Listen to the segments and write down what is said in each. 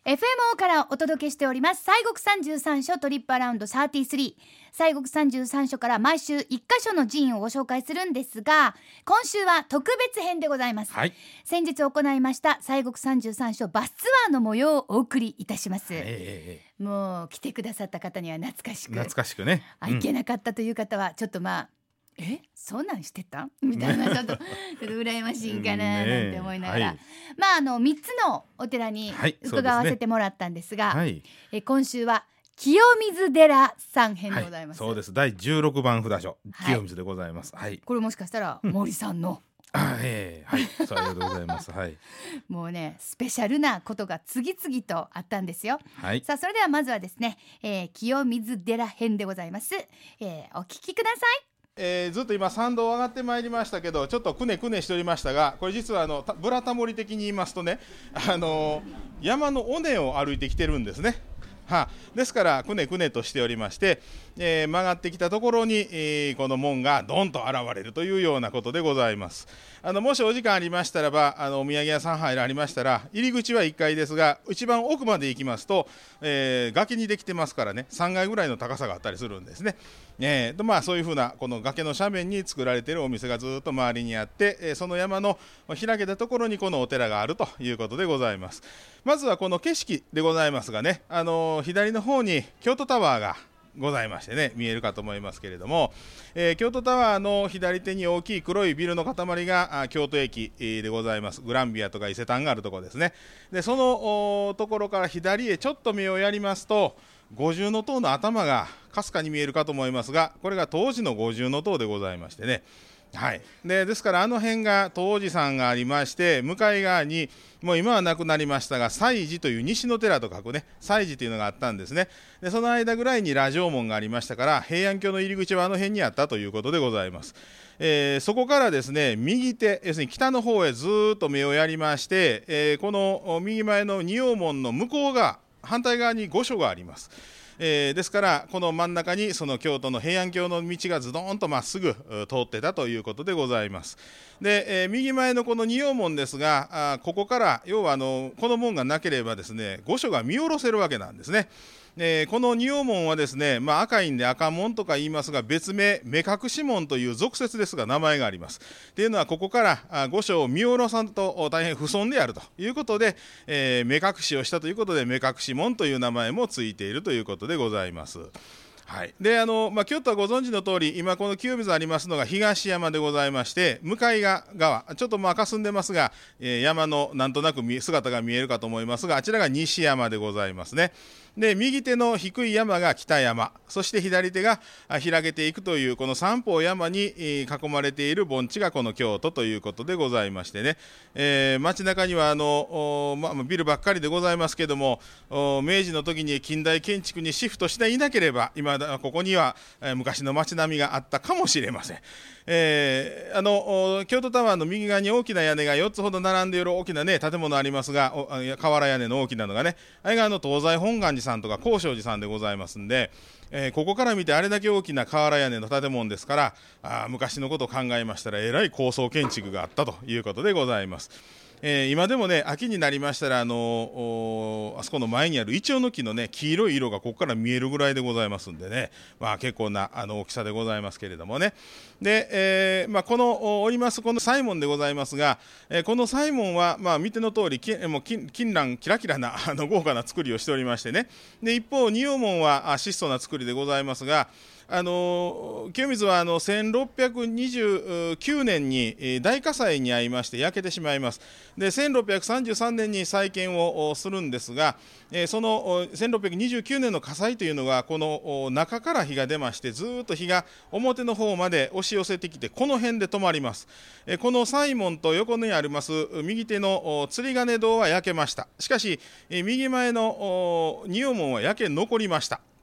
FMO からお届けしております西国33所トリップアラウンド33。西国33所から毎週1カ所の寺院をご紹介するんですが、今週は特別編でございます、先日行いました西国33所バスツアーの模様をお送りいたします、もう来てくださった方には懐かしくね、いけなかったという方はちょっとそんなんしてたみたいなちょっと羨ましいんかななんて思いながら、3つのお寺に伺わせてもらったんですが、今週は清水寺さん編でございます、 そうです。第16番札所清水でございます、 これもしかしたら森さんの、 そうありがとうございます、 もうねスペシャルなことが次々とあったんですよ、さあそれではまずはですね、清水寺編でございます、お聞きください。 ずっと今参道上がってまいりましたけど、ちょっとくねくねしておりましたが、これ実はブラタモリ的に言いますとね、山の尾根を歩いてきてるんですね。ですからくねくねとしておりまして、曲がってきたところに、この門がドンと現れるというようなことでございます。もしお時間ありましたらば、お土産屋さん入られましたら、入り口は1階ですが、一番奥まで行きますと、崖にできてますからね、3階ぐらいの高さがあったりするんですね。そういうふうなこの崖の斜面に作られているお店がずっと周りにあって、その山の開けたところにこのお寺があるということでございます。まずはこの景色でございますがね、左の方に京都タワーがございましてね、見えるかと思いますけれども、京都タワーの左手に大きい黒いビルの塊が京都駅でございます。グランビアとか伊勢丹があるところですね。でそのところから左へちょっと目をやりますと、五重塔の頭がかすかに見えるかと思いますが、これが当時の五重塔でございましてね、ですから辺が東寺さんがありまして、向かい側にもう今はなくなりましたが西寺という西の寺と書くね西寺というのがあったんですね。でその間ぐらいに羅城門がありましたから、平安京の入り口は辺にあったということでございます。そこからですね右手、要するに北の方へずっと目をやりまして、この右前の仁王門の向こう側反対側に御所があります。ですからこの真ん中にその京都の平安京の道がズドーンとまっすぐ通ってたということでございます。で、右前のこの仁王門ですが、ここから要はこの門がなければですね御所が見下ろせるわけなんですね。この仁王門はですね、赤いんで赤門とか言いますが、別名目隠し門という俗説ですが名前があります。っていうのはここから御所を見下ろさんと大変不損であるということで、目隠しをしたということで目隠し門という名前もついているということでございます。で京都はご存知の通り、今この清水ありますのが東山でございまして、向かい側ちょっと霞んでますが、山のなんとなく姿が見えるかと思いますが、あちらが西山でございますね。で右手の低い山が北山、そして左手が開けていくというこの三方山に囲まれている盆地がこの京都ということでございましてね、街中にはビルばっかりでございますけども、明治の時に近代建築にシフトしていなければ今ここには昔の街並みがあったかもしれません。京都タワーの右側に大きな屋根が4つほど並んでいる大きなね建物ありますが、瓦屋根の大きなのがね、あれが東西本願寺さんとか高尚寺さんでございますんで、ここから見てあれだけ大きな瓦屋根の建物ですから、昔のことを考えましたらえらい高層建築があったということでございます。今でもね秋になりましたらあそこの前にあるイチョウの木のね黄色い色がここから見えるぐらいでございますんでね、結構な大きさでございますけれどもね。で、このおりますこの西門でございますが、この西門は見ての通りもう金蘭キラキラな豪華な作りをしておりましてね。で一方仁王門は質素な作りでございますが、清水は1629年に大火災に遭いまして焼けてしまいます。で1633年に再建をするんですが、その1629年の火災というのがこの中から火が出まして、ずっと火が表の方まで押し寄せてきてこの辺で止まります。この西門と横にあります右手の釣金堂は焼けました。しかし右前の仁王門は焼け残りました。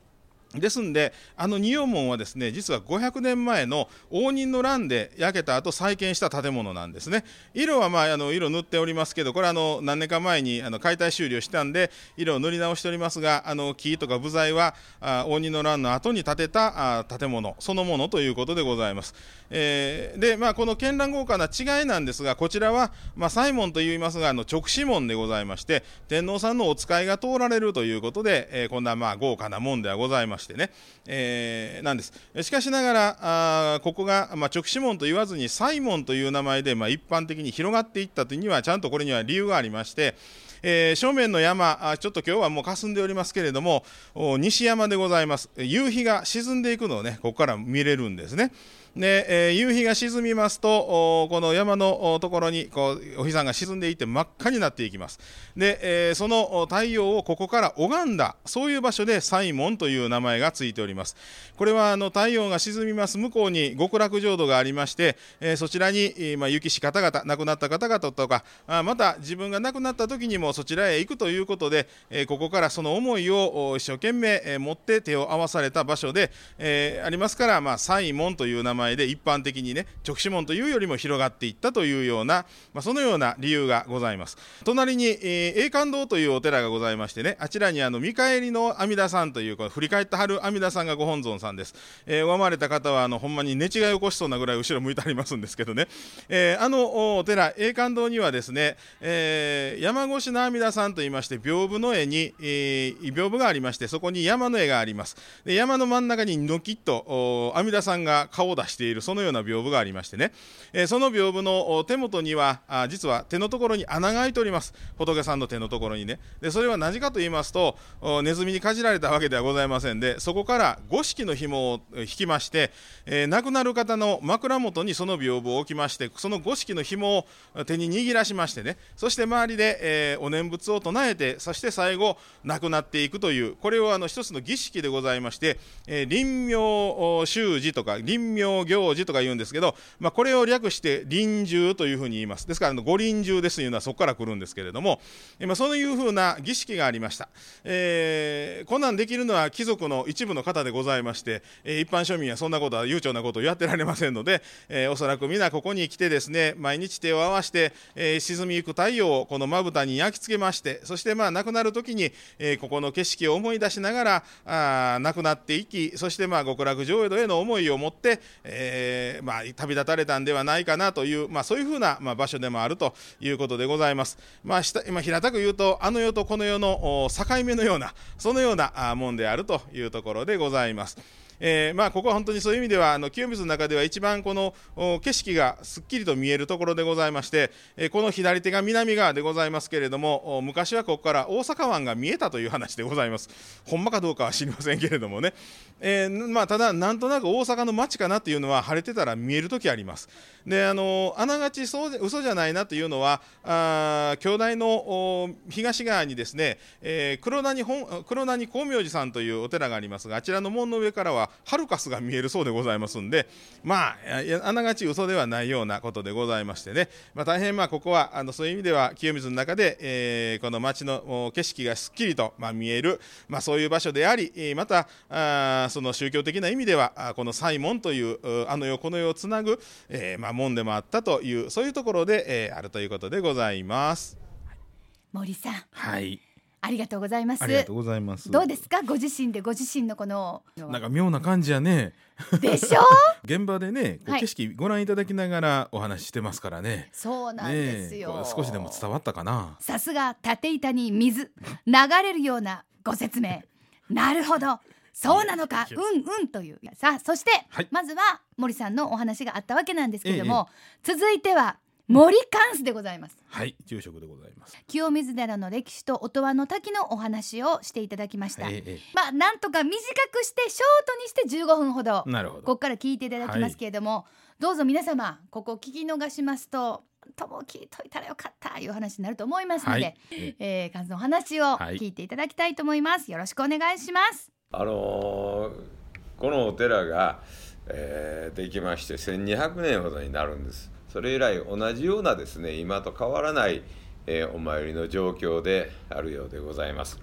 ですんで仁王門はですね、実は500年前の応仁の乱で焼けた後再建した建物なんですね。色は色塗っておりますけど、これは何年か前に解体修理をしたんで色を塗り直しておりますが、木とか部材は応仁の乱の後に建てた建物そのものということでございます。でこの絢爛豪華な違いなんですが、こちらは西門といいますが勅使門でございまして、天皇さんのお使いが通られるということで、こんな豪華な門ではございましてね、なんです。しかしながらここが勅使門と言わずに西門という名前で一般的に広がっていったというにはちゃんとこれには理由がありまして、正面の山ちょっと今日はもう霞んでおりますけれども、西山でございます。夕日が沈んでいくのをねここから見れるんですね。で夕日が沈みますとこの山のところにお日さんが沈んでいって真っ赤になっていきます。で、その太陽をここから拝んだそういう場所で西門という名前がついております。これは太陽が沈みます向こうに極楽浄土がありまして、そちらに、行きし方々亡くなった方々とかまた自分が亡くなった時にもそちらへ行くということで、ここからその思いを一生懸命持って手を合わされた場所で、ありますから、西門という名前で一般的にね勅使門というよりも広がっていったというような、そのような理由がございます。隣に、栄冠堂というお寺がございましてね、あちらに見返りの阿弥陀さんという振り返ってはる阿弥陀さんがご本尊さんです。拝まれた方はほんまに寝違いを起こしそうなぐらい後ろ向いてありますんですけどね、お寺栄冠堂にはですね、山越の阿弥陀さんといいまして屏風の絵に、屏風がありまして、そこに山の絵があります。で山の真ん中にのきっと阿弥陀さんが顔を出しているそのような屏風がありましてね、その屏風の手元には実は手のところに穴が開いております。仏さんの手のところにね。でそれは何かと言いますと、ネズミにかじられたわけではございませんで、そこから五色の紐を引きまして、亡くなる方の枕元にその屏風を置きまして、その五色の紐を手に握らしましてね、そして周りで、お念仏を唱えて、そして最後亡くなっていくという、これを一つの儀式でございまして、臨妙習字とか臨妙行事とか言うんですけど、これを略して臨終というふうに言います。ですからご臨終ですというのはそこから来るんですけれども、そういうふうな儀式がありました。こんなんできるのは貴族の一部の方でございまして、一般庶民はそんなことは悠長なことをやってられませんので、おそらく皆ここに来てですね、毎日手を合わせて、沈みゆく太陽をこのまぶたに焼き付けまして、そして亡くなる時に、ここの景色を思い出しながら亡くなっていき、そして極楽浄土への思いを持って、旅立たれたんではないかなという、そういうふうな、場所でもあるということでございます。平たく言うとあの世とこの世の境目のようなそのようなもんであるというところでございます。ここは本当にそういう意味では清水の中では一番この景色がすっきりと見えるところでございまして、この左手が南側でございますけれども、昔はここから大阪湾が見えたという話でございます。ほんまかどうかは知りませんけれどもね、ただなんとなく大阪の街かなというのは晴れてたら見えるときあります。であながち嘘じゃないなというのは京大の東側にですね、黒谷光明寺さんというお寺がありますが、あちらの門の上からはハルカスが見えるそうでございますんで、あながち嘘ではないようなことでございましてね、大変ここはそういう意味では清水の中で、この街の景色がすっきりと見える、そういう場所であり、またその宗教的な意味ではこの西門というあの世この世をつなぐ、門でもあったというそういうところで、あるということでございます。 森さん、 はい、 ありがとうございます。 ありがとうございます。 どうですか、ご自身でご自身のこのなんか妙な感じやねでしょ現場でね景色ご覧いただきながらお話ししてますからね。 そうなんですよ、 少しでも伝わったかな。 さすが縦板に水流れるようなご説明なるほど、そうなのか、という。さあそして、まずは森さんのお話があったわけなんですけれども、続いては森貫主でございます。 はい、住職でございます。 清水寺の歴史と音羽の滝のお話をしていただきました。なんとか短くしてショートにして15分ほど、ここから聞いていただきますけれども、どうぞ皆様ここ聞き逃しますととも聞いといたらよかったいう話になると思いますので、感想の話を聞いていただきたいと思います。よろしくお願いします。 このお寺が、できまして1200年ほどになるんです。それ以来同じようなですね、今と変わらない、お参りの状況であるようでございます。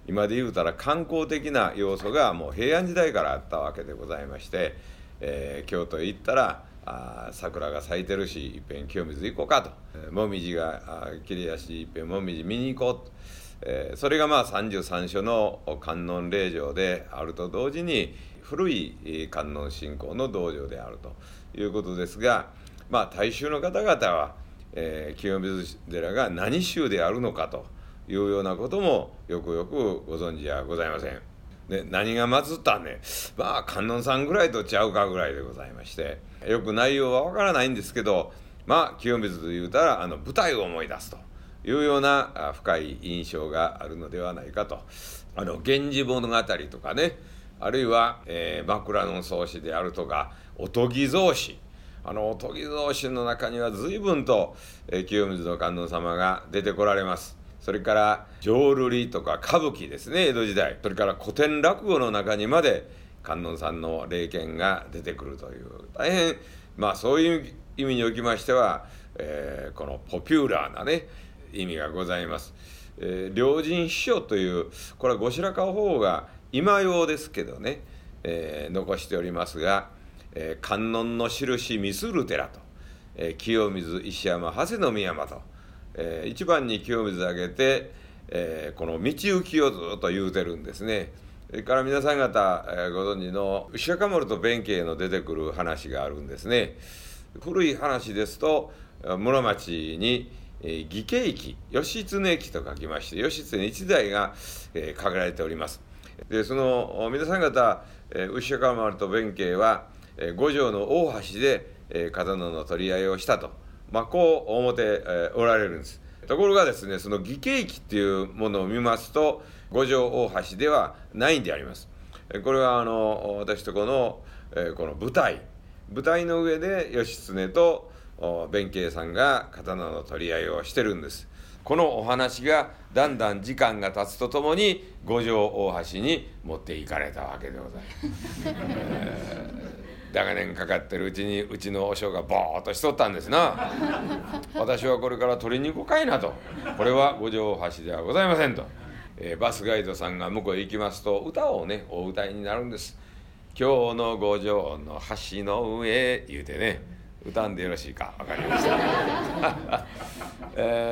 今で言うたら観光的な要素がもう平安時代からあったわけでございまして、京都へ行ったら桜が咲いてるしいっぺん清水行こうかと、もみじがきれいやしいっぺんもみじ見に行こうと、それが33所の観音霊場であると同時に古い観音信仰の道場であるということですが、大衆の方々は、清水寺が何宗であるのかというようなこともよくよくご存知はございません。で、何が祀ったんね、観音さんぐらいとちゃうかぐらいでございまして、よく内容はわからないんですけど、清水と言うたら舞台を思い出すというような深い印象があるのではないかと。源氏物語とかね、あるいは、枕草子であるとかおとぎ草子、おとぎ草子の中には随分と、清水の観音様が出てこられます。それから浄瑠璃とか歌舞伎ですね、江戸時代。それから古典落語の中にまで観音さんの霊験が出てくるという、大変そういう意味におきましては、このポピュラーなね意味がございます。良人秘書という、これは後白河法皇が今用ですけどね、残しておりますが、観音の印見する寺と、清水石山長谷宮山と、一番に清水あげて、この道行きをずっと言うてるんですね。それから皆さん方、ご存知の牛若丸と弁慶の出てくる話があるんですね。古い話ですと、室町に義家駅、義経駅と書きまして、義経一代が、書かれております。で、その皆さん方、牛若丸と弁慶は五条の大橋で、刀の取り合いをしたと、こう思っておられるんです。ところがですね、その義家駅っていうものを見ますと、五条大橋ではないんであります。これは私とこの舞台の上で義経と弁慶さんが刀の取り合いをしてるんです。このお話がだんだん時間が経つとともに五条大橋に持っていかれたわけでございます。長年かかってるうちにうちの和尚がボーっとしとったんですな。私はこれから取りに行こうかいなと。これは五条大橋ではございませんと。バスガイドさんが向こうへ行きますと歌をねお歌いになるんです。今日の五条の橋の上言うてね歌んでよろしいか。分かりました、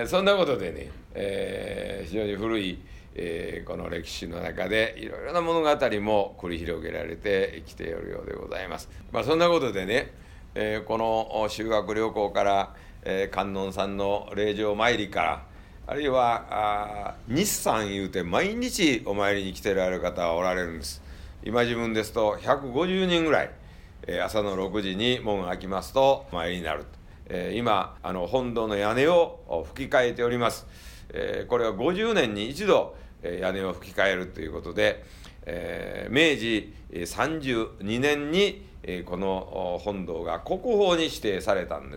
そんなことでね、非常に古い、この歴史の中でいろいろな物語も繰り広げられてきているようでございます。そんなことでね、この修学旅行から、観音さんの霊場参りから、あるいは日参いうて毎日お参りに来てられる方はおられるんです。今自分ですと150人ぐらい、朝の6時に門が開きますとお参りになる。今本堂の屋根を吹き替えております。これは50年に一度屋根を吹き替えるということで、明治32年にこの本堂が国宝に指定されたんです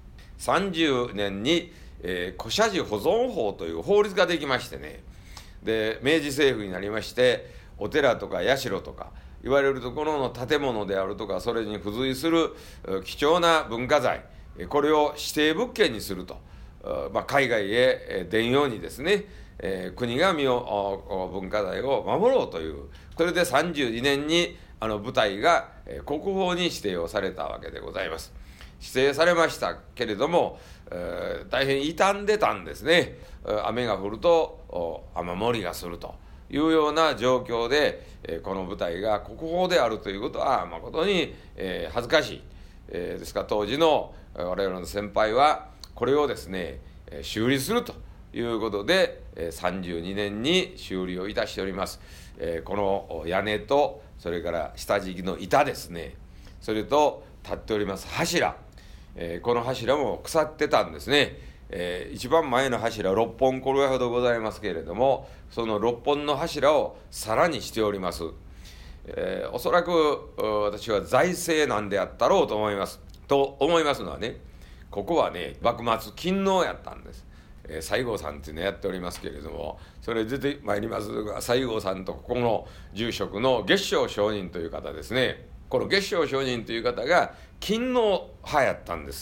。30年に古社寺保存法という法律ができましてね、で明治政府になりまして、お寺とか社とかいわれるところの建物であるとか、それに付随する貴重な文化財、これを指定物件にすると、海外へ出んようにですね、国が文化財を守ろうという、それで32年に舞台が国宝に指定をされたわけでございます。指定されましたけれども、大変傷んでたんですね。雨が降ると雨漏りがするというような状況で、この舞台が国宝であるということは誠に恥ずかしい。ですから当時の我々の先輩はこれをですね修理するということで32年に修理をいたしております。この屋根とそれから下敷きの板ですね、それと立っております柱、この柱も腐ってたんですね。一番前の柱6本これほどございますけれども、その6本の柱をさらにしております。おそらく私は財政なんであったろうと思います。と思いますのはね、ここはね幕末勤王やったんです。西郷さんっていうのやっておりますけれども、それ出てまいりますが、西郷さんとここの住職の月照上人という方ですね。この月照上人という方が勤王派やったんです。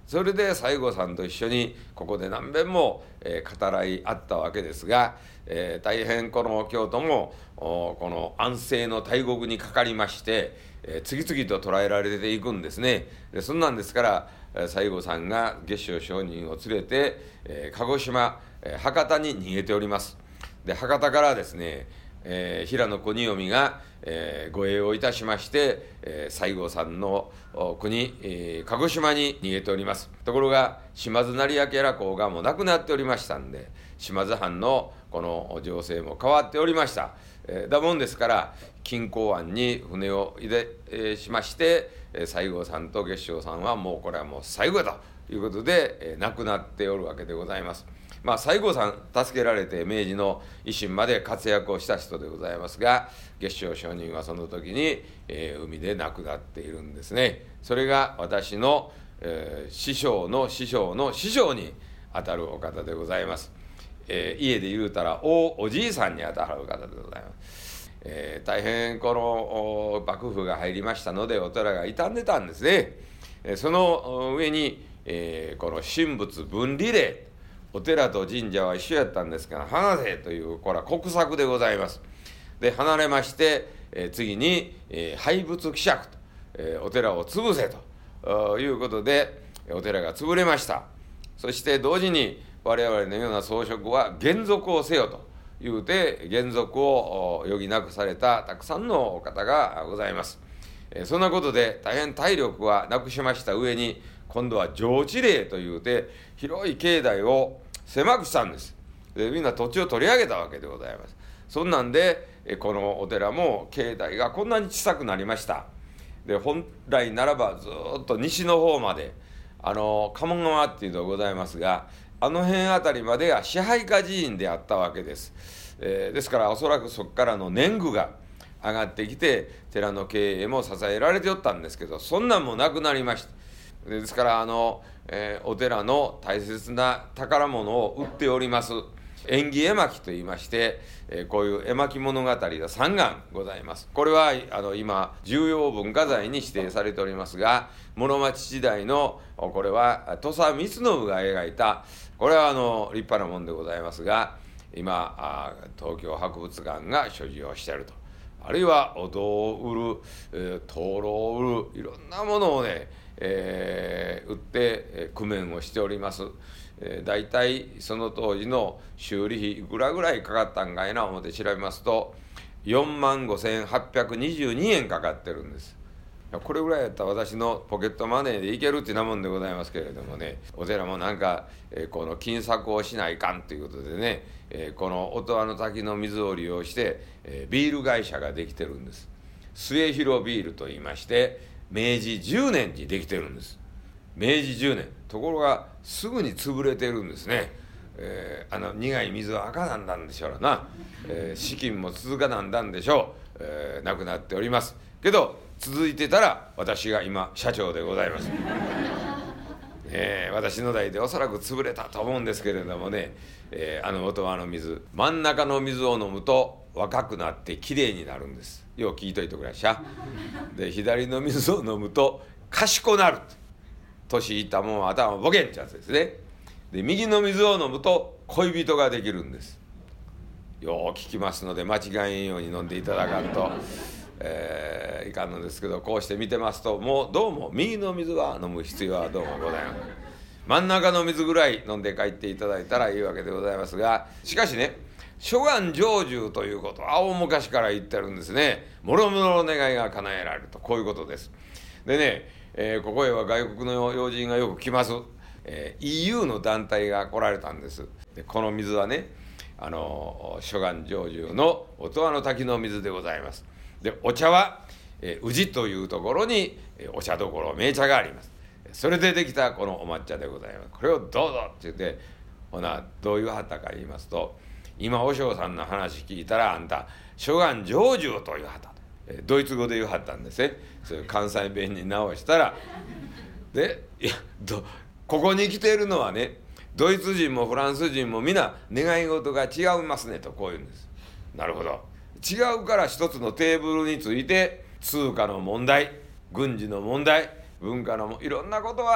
それで西郷さんと一緒にここで何遍も、語らいあったわけですが、大変この京都もこの安政の大国にかかりまして、次々と捕らえられていくんですね。そんなんですから西郷さんが月照上人を連れて、鹿児島、博多に逃げております。で博多からですね、平野国臣が、護衛をいたしまして、西郷さんの国、鹿児島に逃げております。ところが島津成明ら公がもう亡くなっておりましたんで、島津藩のこの情勢も変わっておりました。だもんですから錦江湾に船をしまして、西郷さんと月照さんはもうこれはもう最後だということで、亡くなっておるわけでございます。西郷さん助けられて明治の維新まで活躍をした人でございますが、月照上人はその時に、海で亡くなっているんですね。それが私の、師匠の師匠の師匠にあたるお方でございます。家で言うたら大おじいさんにあたる方でございます。大変この幕府が入りましたのでお寺が傷んでたんですね。その上に、この神仏分離令、お寺と神社は一緒やったんですが離せというこれは国策でございます。で離れまして、次に、廃仏毀釈と、お寺を潰せということでお寺が潰れました。そして同時に我々のような装飾は減俗をせよと言うて減俗を余儀なくされたたくさんの方がございます。そんなことで大変体力はなくしました上に今度は上地令というて広い境内を狭くしたんです。でみんな土地を取り上げたわけでございます。そんなんでこのお寺も境内がこんなに小さくなりました。で本来ならばずっと西の方まで鴨川っていうのがございますが、あの辺あたりまでが支配下寺院であったわけです。ですからおそらくそこからの年貢が上がってきて寺の経営も支えられておったんですけど、そんなんもなくなりました。ですからお寺の大切な宝物を売っております縁起絵巻といいまして、こういう絵巻物語が3巻ございます。これは今重要文化財に指定されておりますが、室町時代のこれは土佐光信が描いた、これは立派なもんでございますが、今東京博物館が所持をしていると。あるいはお堂を売る、灯籠を売る、いろんなものをね、売って工面をしております。大体その当時の修理費いくらぐらいかかったんかいな思って調べますと45,822円かかってるんです。これぐらいやったら私のポケットマネーでいけるってなもんでございますけれどもね、お寺もなんか、この金策をしないかんということでね、この音羽の滝の水を利用して、ビール会社ができてるんです。末広ビールといいまして明治10年にできてるんです。明治10年ところがすぐに潰れてるんですね。苦い水は赤なんだんでしょうな、資金も続かなんだんでしょう、なくなっておりますけど続いてたら私が今社長でございます。私の代でおそらく潰れたと思うんですけれどもね、音羽の水、真ん中の水を飲むと若くなってきれいになるんです。よう聞いといてください。で左の水を飲むと賢なる。年いったもんは頭ボケんってやつですね。で右の水を飲むと恋人ができるんです。よう聞きますので間違えんように飲んでいただかんと、いかんのですけど、こうして見てますともうどうも右の水は飲む必要はどうもございます。真ん中の水ぐらい飲んで帰っていただいたらいいわけでございますが、しかしね諸願成就ということは大昔から言ってるんですね。もろもろの願いが叶えられると、こういうことです。でね、ここへは外国の要人がよく来ます。EU の団体が来られたんです。でこの水はね諸願成就の音羽の滝の水でございます。でお茶は、宇治というところに、お茶どころ名茶があります。それでできたこのお抹茶でございます。これをどうぞって言ってほなどういうはったか言いますと、今和尚さんの話聞いたらあんた諸願成就というはったと、ドイツ語で言うはったんですね。そういう関西弁に直したらでここに来ているのはねドイツ人もフランス人も皆願い事が違いますねとこう言うんです。なるほど、違うから一つのテーブルについて通貨の問題、軍事の問題、文化のいろんなことは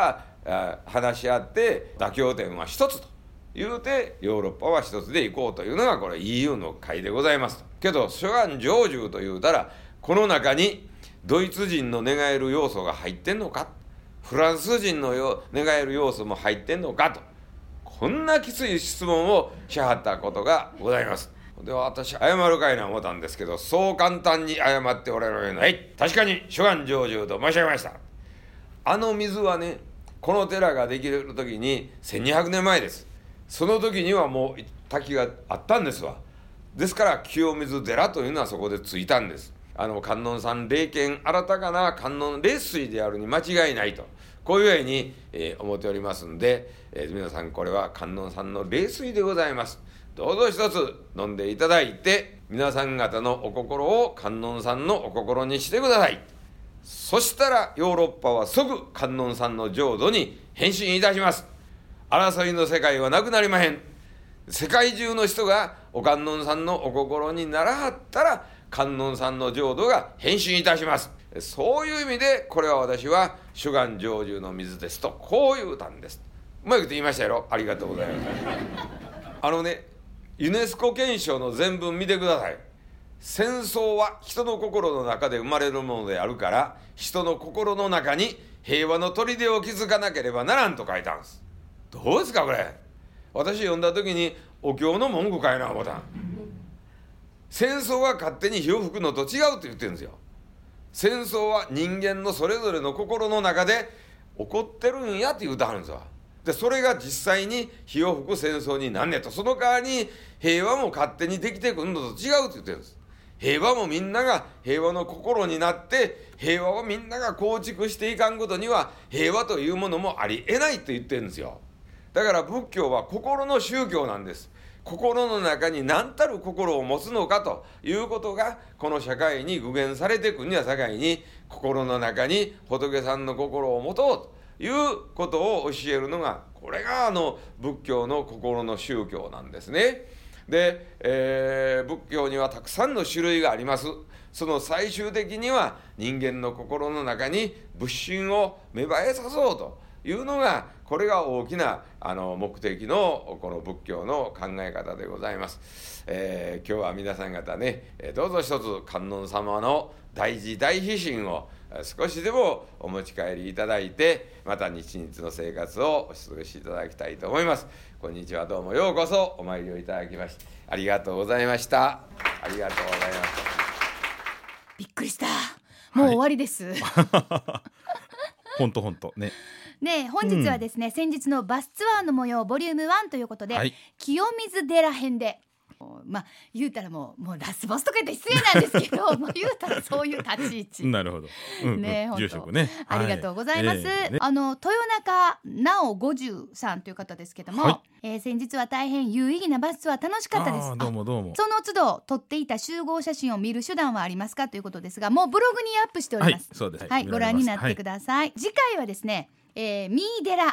話し合って妥協点は一つと言うて、ヨーロッパは一つで行こうというのがこれ EU の会でございます。けど諸願成就と言うたら、この中にドイツ人の願える要素が入ってんのか、フランス人の願える要素も入ってんのかと、こんなきつい質問をしはったことがございます。で私謝るかいな思ったんですけど、そう簡単に謝っておられるのはい、確かに諸願成就と申し上げました。あの水はね、この寺ができる時に1200年前です。その時にはもう滝があったんですわ。ですから清水寺というのはそこでついたんです。観音山霊験新たかな観音霊水であるに間違いないと、こういうふうに、思っておりますんで、皆さんこれは観音山の霊水でございます。どうぞ一つ飲んでいただいて、皆さん方のお心を観音山のお心にしてください。そしたらヨーロッパは即観音山の浄土に変身いたします。争いの世界はなくなりまへん。世界中の人がお観音さんのお心にならはったら、観音さんの浄土が変身いたします。そういう意味でこれは私は諸願成就の水ですとこう言うたんです。うまいこと言いましたやろ。ありがとうございますユネスコ憲章の全文見てください。戦争は人の心の中で生まれるものであるから、人の心の中に平和の砦を築かなければならんと書いたんです。どうですかこれ。私読んだ時にお経の文句かいな思ったん。戦争は勝手に火を吹くのと違うと言ってるんですよ。戦争は人間のそれぞれの心の中で起こってるんやって言うてはるんですわ。でそれが実際に火を吹く戦争になんねと、その代わりに平和も勝手にできてくるのと違うと言ってるんです。平和もみんなが平和の心になって、平和をみんなが構築していかんことには平和というものもありえないと言ってるんですよ。だから仏教は心の宗教なんです。心の中に何たる心を持つのかということがこの社会に具現されていくには社会に心の中に仏さんの心を持とうということを教えるのが、これが仏教の心の宗教なんですね。で、仏教にはたくさんの種類があります。その最終的には人間の心の中に仏心を芽生えさそうというのが、これが大きな目的のこの仏教の考え方でございます。今日は皆さん方ね、どうぞ一つ観音様の大慈大悲心を少しでもお持ち帰りいただいて、また日々の生活をお過ごしいただきたいと思います。こんにちは、どうもようこそお参りをいただきましてありがとうございました。ありがとうございました。 びっくりした。もう終わりです、 ほんとね。 本日はですね、先日のバスツアーの模様ボリューム1ということで、清水寺編で、言うたらもうラスボスとか言って失礼なんですけど言うたらそういう立ち位置なるほど、住職ね、 ありがとうございます、豊中直50さんという方ですけども、先日は大変有意義なバスツアー楽しかったです。 どうもその都度撮っていた集合写真を見る手段はありますかということですが、もうブログにアップしております。 そうです、 ご覧になってください。次回はですね、三井寺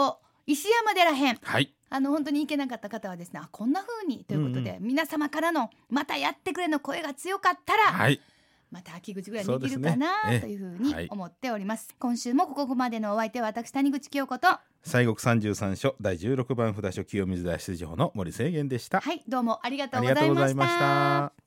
&石山寺編、本当に行けなかった方はですね、こんな風にということで、皆様からのまたやってくれの声が強かったら、また秋口ぐらいにできるかなというふうに思っております。今週もここまでのお相手は私谷口清子と西国33所第16番札所清水寺出場の森清源でした。 どうもありがとうございました。